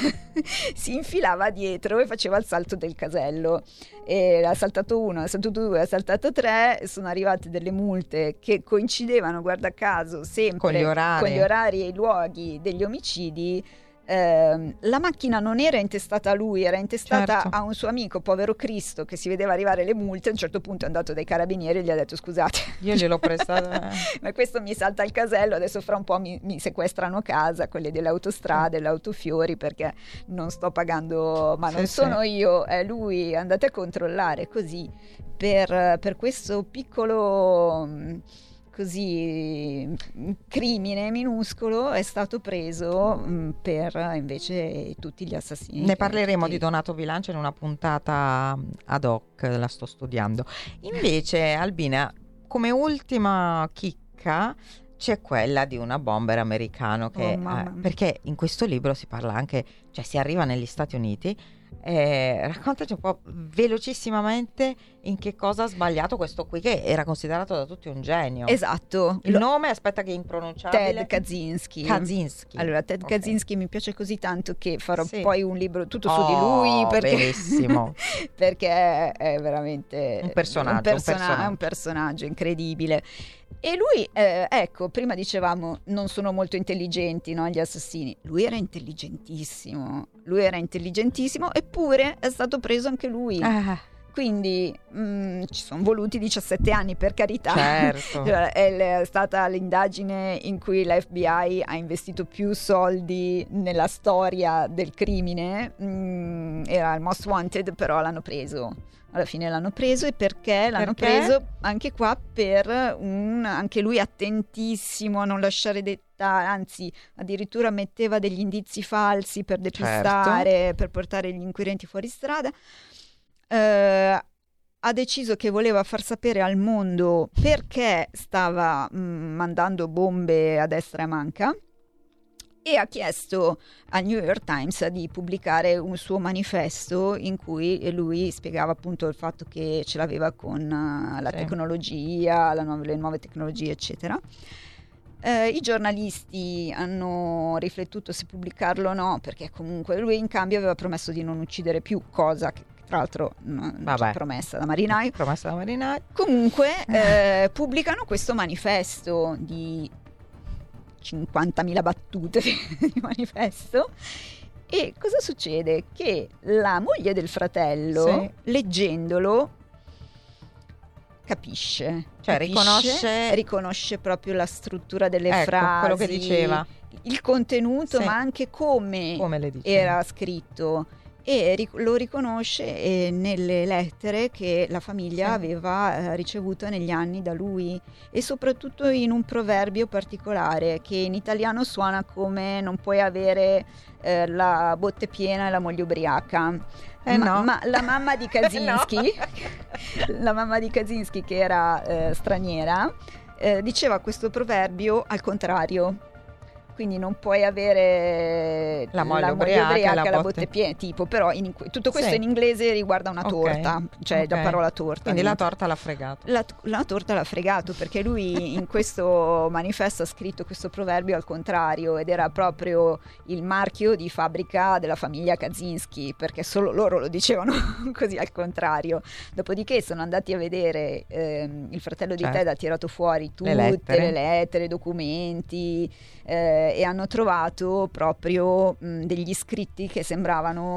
si infilava dietro e faceva il salto del casello. E ha saltato uno, ha saltato due, ha saltato tre, sono arrivate delle multe che coincidevano, guarda caso, sempre Con gli orari. con gli orari e i luoghi degli omicidi. Ehm, la macchina non era intestata a lui, era intestata Certo. a un suo amico, povero Cristo, che si vedeva arrivare le multe. A un certo punto è andato dai carabinieri e gli ha detto: scusate, Io gliel'ho prestata. ma questo mi salta il casello, adesso fra un po' mi, mi sequestrano casa, quelle delle autostrade, le autofiori, perché non sto pagando, ma Sì, non sì. sono io, è lui, andate a controllare. Così per, per questo piccolo mh, così mh, crimine minuscolo è stato preso mh, per invece tutti gli assassini. Ne parleremo tutti- di Donato Bilancia in una puntata ad hoc, la sto studiando. Invece, Albina, come ultima chicca c'è quella di una bomber americano che, Oh, mamma eh, mia. perché in questo libro si parla anche, cioè si arriva negli Stati Uniti. Eh, raccontaci un po' velocissimamente in che cosa ha sbagliato questo qui che era considerato da tutti un genio. Esatto. Il Lo- nome, aspetta, che è impronunciabile. Ted Kaczynski. Kaczynski. Allora, Ted Ok. Kaczynski mi piace così tanto che farò Sì. poi un libro tutto su Oh, di lui perché, bellissimo. perché è veramente Un personaggio, un, persona- un personaggio. è un personaggio incredibile. E lui, eh, ecco, prima dicevamo non sono molto intelligenti, no, gli assassini. Lui era intelligentissimo, lui era intelligentissimo, eppure è stato preso anche lui. Ah, Quindi mh, ci sono voluti diciassette anni, per carità. certo. Cioè, è, è stata l'indagine in cui la F B I ha investito più soldi nella storia del crimine. Mm, era il most wanted, però l'hanno preso. Alla fine l'hanno preso, e perché l'hanno Perché? preso? Anche qua per un, anche lui attentissimo a non lasciare dettare, anzi addirittura metteva degli indizi falsi per depistare, Certo. per portare gli inquirenti fuori strada. Eh, ha deciso che voleva far sapere al mondo perché stava mm, mandando bombe a destra e a manca, e ha chiesto al New York Times di pubblicare un suo manifesto in cui lui spiegava appunto il fatto che ce l'aveva con uh, la Sì. tecnologia, la nu- le nuove tecnologie, eccetera. Eh, I giornalisti hanno riflettuto se pubblicarlo o no, perché comunque lui in cambio aveva promesso di non uccidere più, cosa che tra l'altro non Vabbè. promessa da marinaio. Promessa da marinaio. Comunque eh, pubblicano questo manifesto di cinquantamila battute di manifesto, e cosa succede? Che la moglie del fratello, Sì. leggendolo, capisce, Cioè, capisce, riconosce- riconosce proprio la struttura delle Ecco, frasi, quello che diceva. il contenuto, Sì. ma anche come, Come le diceva. era scritto. e ric- lo riconosce eh, nelle lettere che la famiglia aveva eh, ricevuto negli anni da lui, e soprattutto in un proverbio particolare che in italiano suona come non puoi avere eh, la botte piena e la moglie ubriaca. Eh ma, no. ma la mamma di Kaczynski, la mamma di Kaczynski che era eh, straniera, eh, diceva questo proverbio al contrario. Quindi non puoi avere la moglie la ubriaca, moglie ubriaca la e la botte- botte piena, tipo, però in, tutto questo Sì. in inglese riguarda una Ok, torta, cioè ok. la parola torta. Quindi la niente. torta l'ha fregato. La, la torta l'ha fregato, perché lui in questo manifesto ha scritto questo proverbio al contrario, ed era proprio il marchio di fabbrica della famiglia Kaczynski, perché solo loro lo dicevano così al contrario. Dopodiché sono andati a vedere, ehm, il fratello di Certo. Ted ha tirato fuori tutte Le le lettere. lettere, i documenti, eh, e hanno trovato proprio mh, degli scritti che sembravano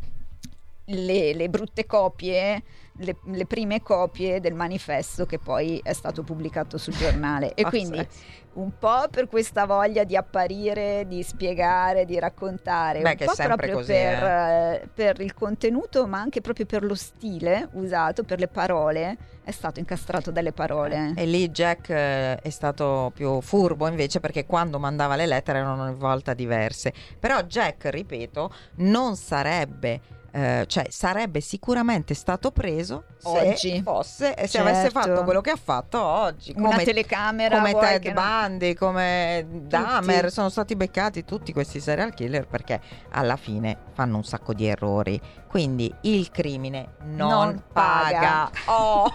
le, le brutte copie, le, le prime copie del manifesto che poi è stato pubblicato sul giornale. E quindi un po' per questa voglia di apparire, di spiegare, di raccontare, Beh, un che è po' sempre proprio così, per, eh, per il contenuto, ma anche proprio per lo stile usato, per le parole, è stato incastrato dalle parole. E lì Jack eh, è stato più furbo invece, perché quando mandava le lettere erano ogni volta diverse. Però Jack, ripeto, non sarebbe eh, cioè sarebbe sicuramente stato preso se Oggi. fosse e se Certo. avesse fatto quello che ha fatto oggi, Una come, telecamera, come vuoi Ted che no? Bundy, come Dahmer. Sono stati beccati tutti questi serial killer perché alla fine fanno un sacco di errori. Quindi il crimine non, Non paga. paga. Oh,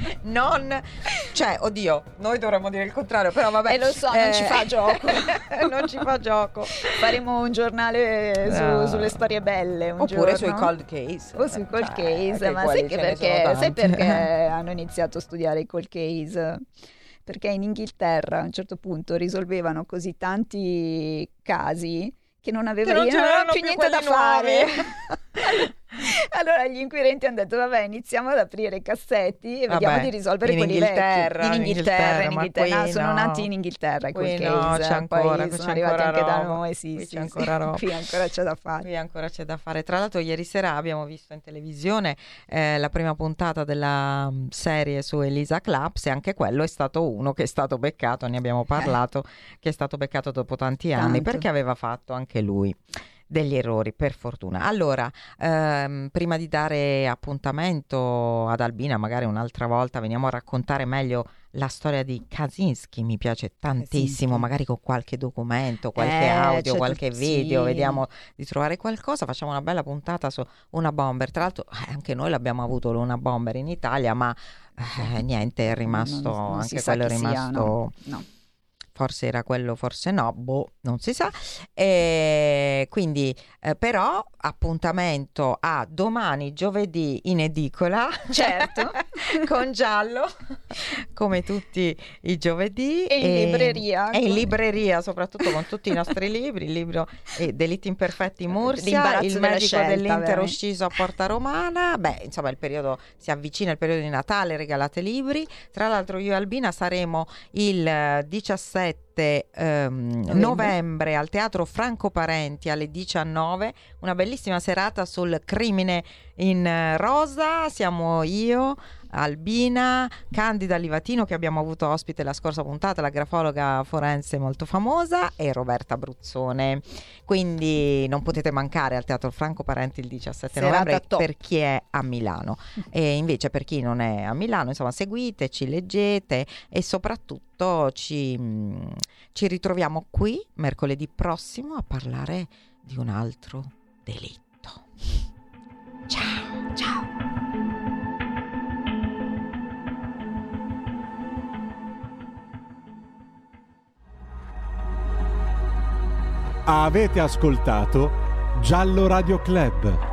non, cioè, oddio, noi dovremmo dire il contrario, però vabbè. E lo so, non ci fa gioco. Non ci fa gioco. Faremo un giornale su- No. sulle storie belle un Oppure giorno. sui cold case. O sui cold Cioè, case, che ma quelli sai, che ce ne perché, sono sai tanti. perché hanno iniziato a studiare i cold case? Perché in Inghilterra a un certo punto risolvevano così tanti casi che non avevano, Che non c'erano più più niente da quelli fare. nuovi. Allora gli inquirenti hanno detto vabbè, iniziamo ad aprire i cassetti e vediamo Vabbè, di risolvere in quelli Inghilterra, vecchi. In in Inghilterra, in Inghilterra, ma Inghilterra. qui No, sono no. nati in Inghilterra i Qui cold no, case, c'è ancora, poi qui sono c'è arrivati ancora anche da roba. noi, sì, Qui sì, c'è sì. ancora roba. Qui ancora c'è da fare. Qui ancora c'è da fare. Tra l'altro ieri sera abbiamo visto in televisione eh, la prima puntata della um, serie su Elisa Claps, e anche quello è stato uno che è stato beccato, ne abbiamo parlato, che è stato beccato dopo tanti anni, Tanto. perché aveva fatto anche lui degli errori, per fortuna. Allora, ehm, prima di dare appuntamento ad Albina, magari un'altra volta veniamo a raccontare meglio la storia di Kaczynski, mi piace tantissimo, Kaczynski. magari con qualche documento, qualche Eh, audio, c'è qualche tut- video, sì. vediamo di trovare qualcosa, facciamo una bella puntata su una bomber. Tra l'altro eh, anche noi l'abbiamo avuto una bomber in Italia, ma eh, niente, è rimasto, Non- non si anche sa quello è chi sia, rimasto... no, no. Forse era quello, forse no, boh, non si sa. E quindi, eh, però, appuntamento a domani, giovedì, in edicola. Certo. Con Giallo, come tutti i giovedì. E in libreria. E in libreria, soprattutto con tutti i nostri libri. Il libro eh, Delitti imperfetti Mursia, L'imbarazzo il della medico scelta, dell'Inter veramente. ucciso a Porta Romana. Beh, insomma, il periodo si avvicina, il periodo di Natale, regalate libri. Tra l'altro io e Albina saremo il eh, diciassette ehm, Novembre. novembre al Teatro Franco Parenti alle diciannove, una bellissima serata sul crimine in eh, rosa. Siamo io, Albina, Candida Livatino, che abbiamo avuto ospite la scorsa puntata, la grafologa forense molto famosa, e Roberta Bruzzone. Quindi non potete mancare al Teatro Franco Parenti il diciassette Serata novembre top. per chi è a Milano. E invece per chi non è a Milano, insomma, seguiteci, leggete e soprattutto ci, mh, ci ritroviamo qui mercoledì prossimo a parlare di un altro delitto. Ciao, ciao. Avete ascoltato Giallo Radio Club.